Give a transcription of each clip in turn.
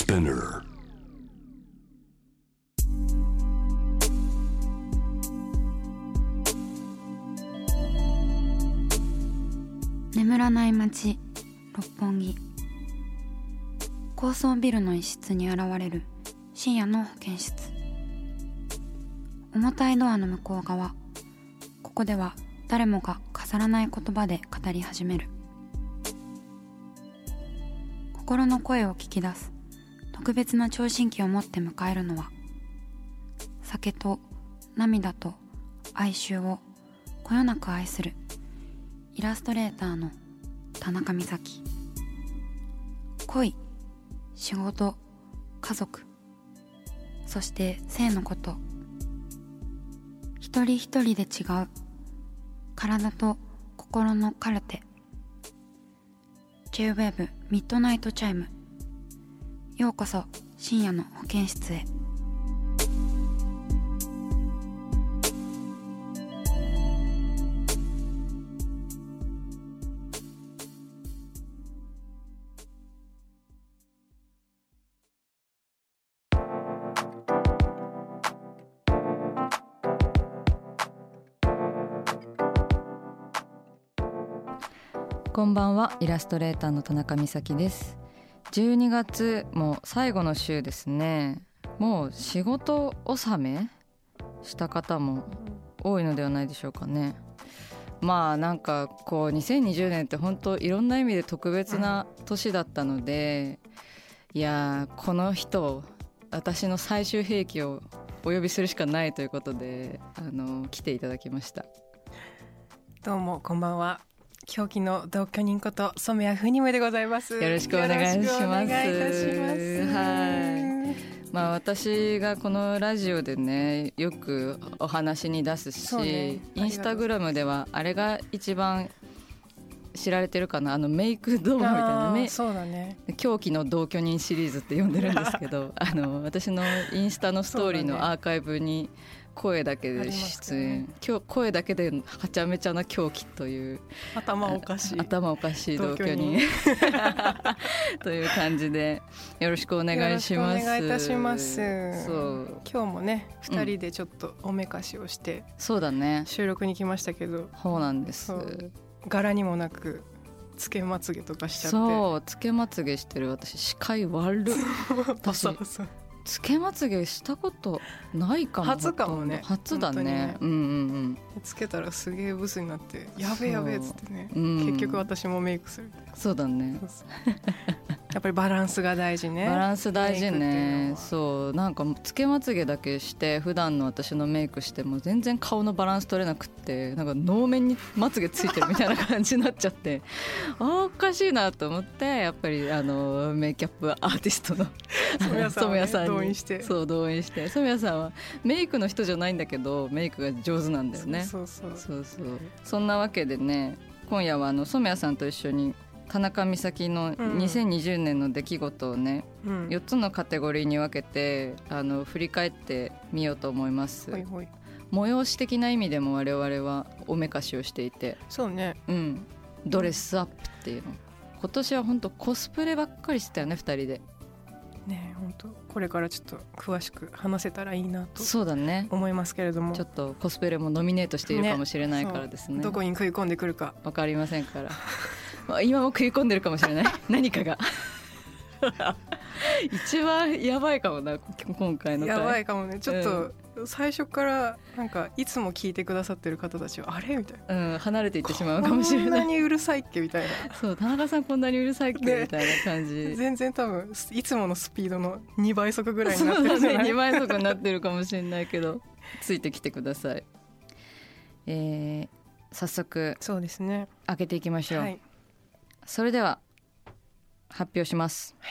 Spinner. 眠らない街六本木。高層ビルの一室に現れる深夜の保健室。重たいドアの向こう側、ここでは誰もが飾らない言葉で語り始める。心の声を聞き出す特別な聴診器を持って迎えるのは、酒と涙と哀愁をこよなく愛するイラストレーターの田中美咲。恋、仕事、家族、そして性のこと、一人一人で違う体と心のカルテ。 J-WAVE ミッドナイトチャイム。ようこそ深夜の保健室へ。 こんばんは、イラストレーターの田中美咲です。12月も最後の週ですね。もう仕事納めした方も多いのではないでしょうかね。まあなんかこう2020年って本当いろんな意味で特別な年だったので、いやこの人を、私の最終兵器をお呼びするしかないということで来ていただきました。 どうもこんばんは、狂気の同居人こと染谷フニムでございます。 よろしくお願いします。 よろしくお願いいたします。 はい。まあ私がこのラジオでねよくお話に出すし、 ね、 インスタグラムではあれが一番知られてるかな、メイク動画みたいなそうだね、 狂気の同居人シリーズって呼んでるんですけど私のインスタのストーリーのアーカイブに声だけで出演、ね、声だけではちゃめちゃな狂気という頭おかしい同居人という感じでよろしくお願いします。 よろしくお願いいたします。 そう今日もね2人でちょっとおめかしをして、 そうだね、 収録に来ましたけど、 そうなんです。 柄にもなくつけまつげとかしちゃって、 そうつけまつげしてる私視界悪い私つけまつげしたことないかも。 初かもね。 初だね。うんうんうん。 つけたらすげえブスになってやべえやべえっつってね、結局私もメイクする。 そうだね。 やっぱりバランスが大事ね。 バランス大事ね。そうなんかつけまつげだけして普段の私のメイクしても全然顔のバランス取れなくって、なんか能面にまつげついてるみたいな感じになっちゃっておかしいなと思って、やっぱりメイキャップアーティストの染谷さんに動員して染谷さんはメイクの人じゃないんだけどメイクが上手なんだよね。そうそんなわけでね、今夜は染谷さんと一緒に田中美咲の2020年の出来事をね、4つのカテゴリーに分けて振り返ってみようと思います。催し的な意味でも我々はおめかしをしていて、 そうね、 ドレスアップっていうの、今年は本当コスプレばっかりしてたよね2人でね。本当これからちょっと詳しく話せたらいいなとそうだね思いますけれども、 ちょっとコスプレもノミネートしているかもしれないからですね。 どこに食い込んでくるか分かりませんから今も食い込んでるかもしれない何かが一番やばいかもな今回の回。 やばいかもね。ちょっと、最初からなんかいつも聞いてくださってる方たちはあれみたいな、離れていってしまうかもしれない。 こんなにうるさいっけみたいなそう田中さんこんなにうるさいっけ、みたいな感じ。 全然多分いつものスピードの2倍速ぐらいになってるじゃない。 そうだね、2倍速になってるかもしれないけどついてきてください。早速そうですね、 開けていきましょう。それでは発表します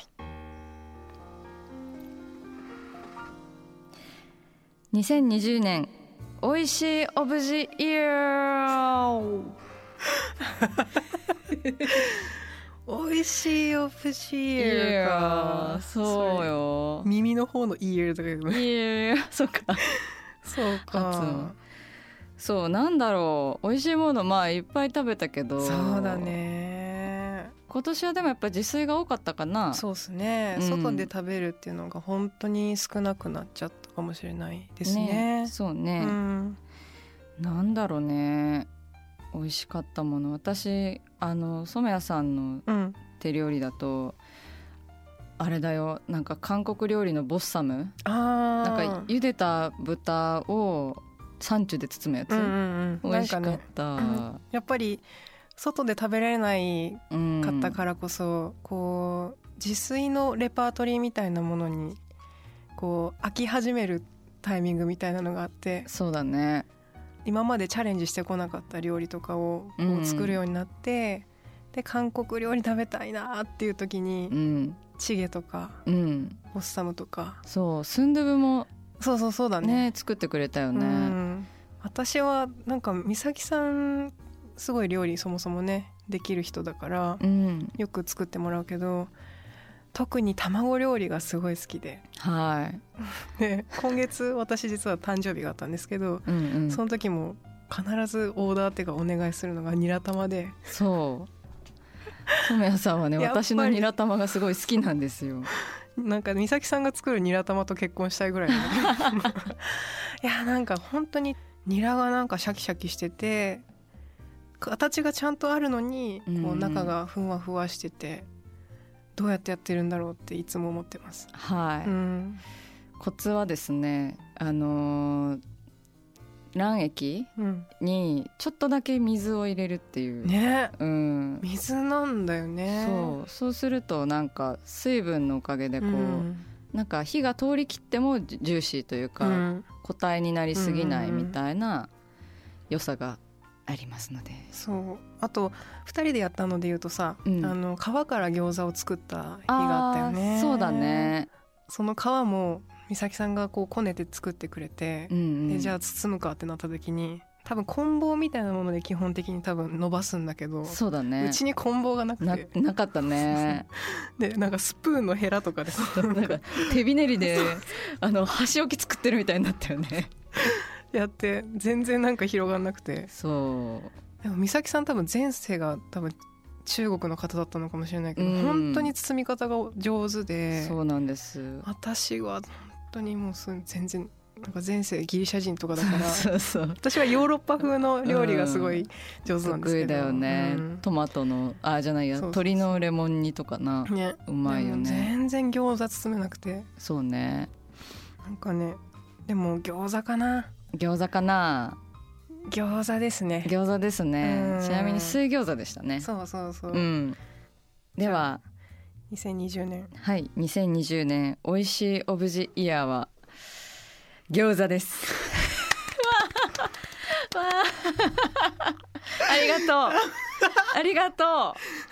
。2020年おいしいオブジイヤーおいしいオブジイヤーか。 そうよ、 耳の方のイヤーだけどね。 イヤーそうかそうか。 そうなんだろう、美味しいものまあいっぱい食べたけど、 そうだね、 今年はでもやっぱ自炊が多かったかな。 そうですね、外で食べるっていうのが本当に少なくなっちゃったかもしれないですね。 そうね、なんだろうね、美味しかったもの、私染谷さんの手料理だと、あれだよ、なんか韓国料理のボッサム、なんか茹でた豚をサンチュで包むやつ、美味しかった、 やっぱり外で食べられないかったからこそ、こう自炊のレパートリーみたいなものにこう飽き始めるタイミングみたいなのがあって、 そうだね、 今までチャレンジしてこなかった料理とかをこう作るようになって、で韓国料理食べたいなっていう時に、チゲとか、ボッサムとか、 そうスンドゥブもそうだね、 作ってくれたよね。 私はなんか美咲さんすごい料理そもそもねできる人だから、よく作ってもらうけど、特に卵料理がすごい好きで、で今月私実は誕生日があったんですけど、その時も必ずオーダーっていうかお願いするのがニラ玉で、 そう染谷さんはね、私のニラ玉がすごい好きなんですよ。 なんか美咲さんが作るニラ玉と結婚したいぐらいいや、なんか本当にニラがなんかシャキシャキしてて、形がちゃんとあるのにこう中がふわふわしてて、どうやってやってるんだろうっていつも思ってます。コツはですね、卵液にちょっとだけ水を入れるっていうね、水なんだよね。そうするとなんか水分のおかげでこう、なんか火が通り切ってもジューシーというか、固体になりすぎないみたいな良さがありますので。そうあと2人でやったので言うとさ、皮から餃子を作った日があったよね。そうだね。その皮も美咲さんがこうこねて作ってくれて、でじゃあ包むかってなった時に、多分棍棒みたいなもので基本的に多分伸ばすんだけど、そうだね、うちに棍棒がなくて なかったねでなんかスプーンのヘラとかでなんか手びねりで箸置き作ってるみたいになったよねやって全然なんか広がんなくて。そうでも美咲さん多分前世が多分中国の方だったのかもしれないけど、本当に包み方が上手で。そうなんです。私は本当にもう全然なんか前世ギリシャ人とかだからそう私はヨーロッパ風の料理がすごい上手なんですけど、得意だよね、トマトのじゃないや、鶏のレモン煮とかな、ね、うまいよね。全然餃子包めなくて。そうね、なんかね、でも餃子かな。餃子ですね。餃子ですね。ちなみに水餃子でしたね。そう、では2020年、はい、2020年おいしいオブジイヤーは餃子ですありがと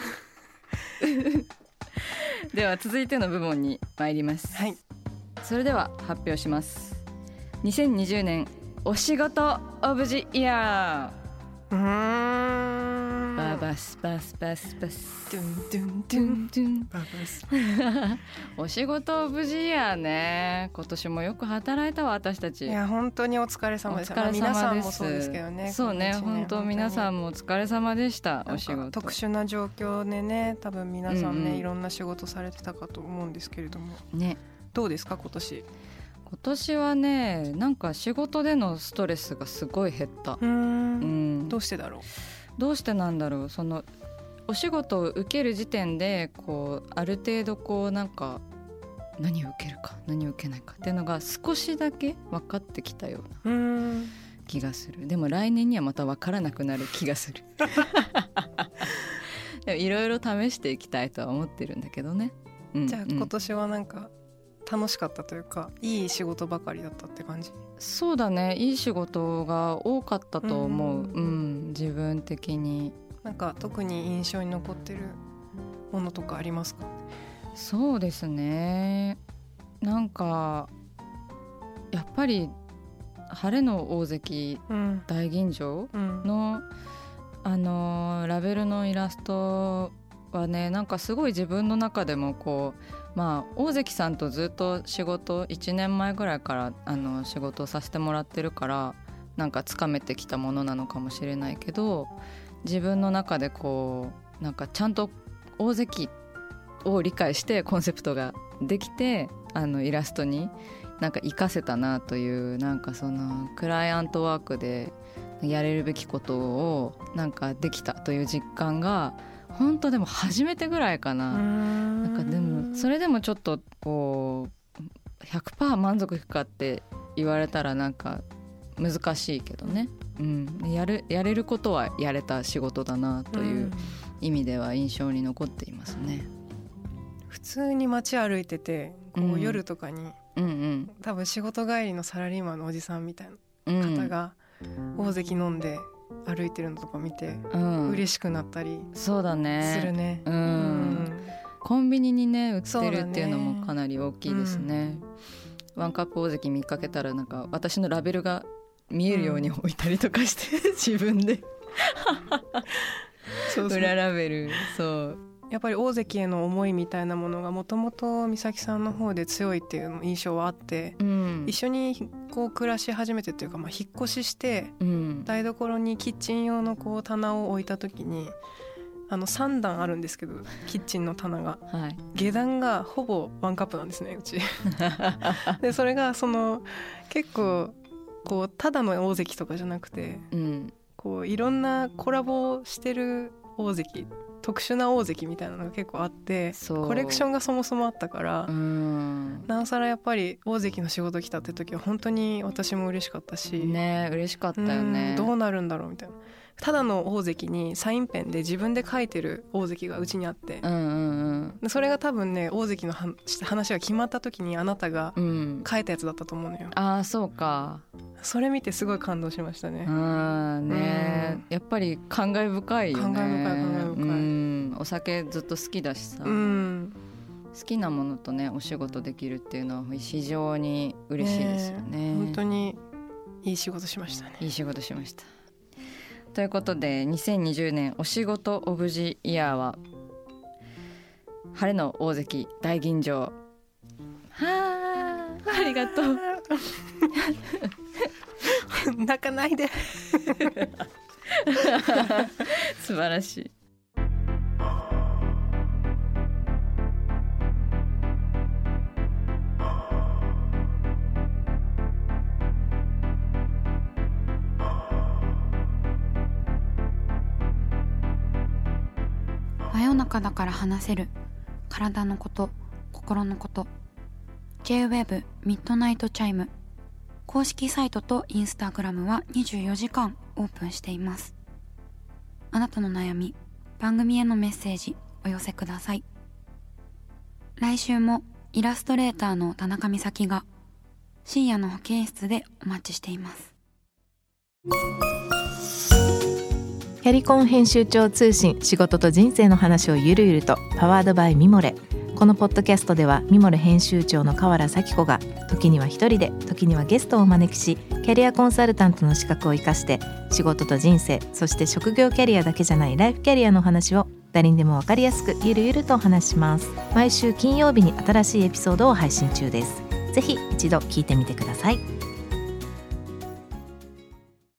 うでは続いての部門に参ります、はい、それでは発表します。2020年お仕事オブジイヤー。ババスバスバスバスドゥンドゥンドゥンドゥンババスお仕事オブジイヤーね。今年もよく働いたわ私たち。いや本当にお疲れ様でした。皆さんもそうですけどね。そうね、本当皆さんもお疲れ様でした。お仕事特殊な状況でね、多分皆さんね、いろんな仕事されてたかと思うんですけれどもね。どうですか今年はね、なんか仕事でのストレスがすごい減った。どうしてだろう。どうしてなんだろう。そのお仕事を受ける時点でこうある程度こうなんか何を受けるか何を受けないかっていうのが少しだけ分かってきたような気がする。でも来年にはまた分からなくなる気がするいろいろ試していきたいとは思ってるんだけどね、じゃあ今年はなんか楽しかったというか、いい仕事ばかりだったって感じ。そうだね、いい仕事が多かったと思う、自分的に。なんか特に印象に残ってるものとかありますか。そうですね、なんかやっぱり晴れの大関大吟醸の、ラベルのイラストはね、なんかすごい自分の中でもこう、大関さんとずっと仕事1年前ぐらいから仕事をさせてもらってるから、なんかつかめてきたものなのかもしれないけど、自分の中でこうなんかちゃんと大関を理解してコンセプトができてイラストになんか活かせたなという、なんかそのクライアントワークでやれるべきことをなんかできたという実感が本当でも初めてぐらいかな。なんかでもそれでもちょっとこう 100% 満足いくかって言われたらなんか難しいけどね、やれることはやれた仕事だなという意味では印象に残っていますね。 普通に街歩いててこう夜とかに、多分仕事帰りのサラリーマンのおじさんみたいな方が大関飲んで歩いてるのとか見て嬉しくなったりするね。そうだね、コンビニにね売ってるっていうのもかなり大きいですね。ワンカップ大関見かけたらなんか私のラベルが見えるように置いたりとかして、自分で裏ラベル。そうやっぱり大関への思いみたいなものがもともと美咲さんの方で強いっていう印象はあって、一緒にこう暮らし始めてというか、引っ越しして、台所にキッチン用のこう棚を置いた時に3段あるんですけどキッチンの棚が、下段がほぼワンカップなんですねうちでそれがその結構こうただの大関とかじゃなくて、こういろんなコラボしてる大関、特殊な大関みたいなのが結構あって、コレクションがそもそもあったから、なおさらやっぱり大関の仕事来たって時は本当に私も嬉しかったしね。嬉しかったよね。 どうなるんだろうみたいな。ただの大関にサインペンで自分で書いてる大関がうちにあって、それが多分ね大関の話が決まった時にあなたが書いたやつだったと思うのよ。 ああそうか。それ見てすごい感動しましたね。 やっぱり感慨深いよね。感慨深い。お酒ずっと好きだしさ、好きなものとねお仕事できるっていうのは非常に嬉しいですよね。 本当にいい仕事しましたね。 いい仕事しました。ということで2020年お仕事オブジイヤーは晴れの大関大吟醸。ありがとう泣かないで素晴らしい。 真夜中だから話せる体のこと、心のこと。 J-WEB ミッドナイトチャイム公式サイトとインスタグラムは24時間オープンしています。あなたの悩み、番組へのメッセージお寄せください。来週もイラストレーターの田中美咲が深夜の保健室でお待ちしています。 キャリコン編集長通信、仕事と人生の話をゆるゆると、パワードバイミモレ。このポッドキャストではミモレ編集長の河原咲子が時には一人で時にはゲストをお招きし、キャリアコンサルタントの資格を生かして仕事と人生、そして職業キャリアだけじゃないライフキャリアの話を誰にでも分かりやすくゆるゆるとお話します。毎週金曜日に新しいエピソードを配信中です。ぜひ一度聞いてみてください。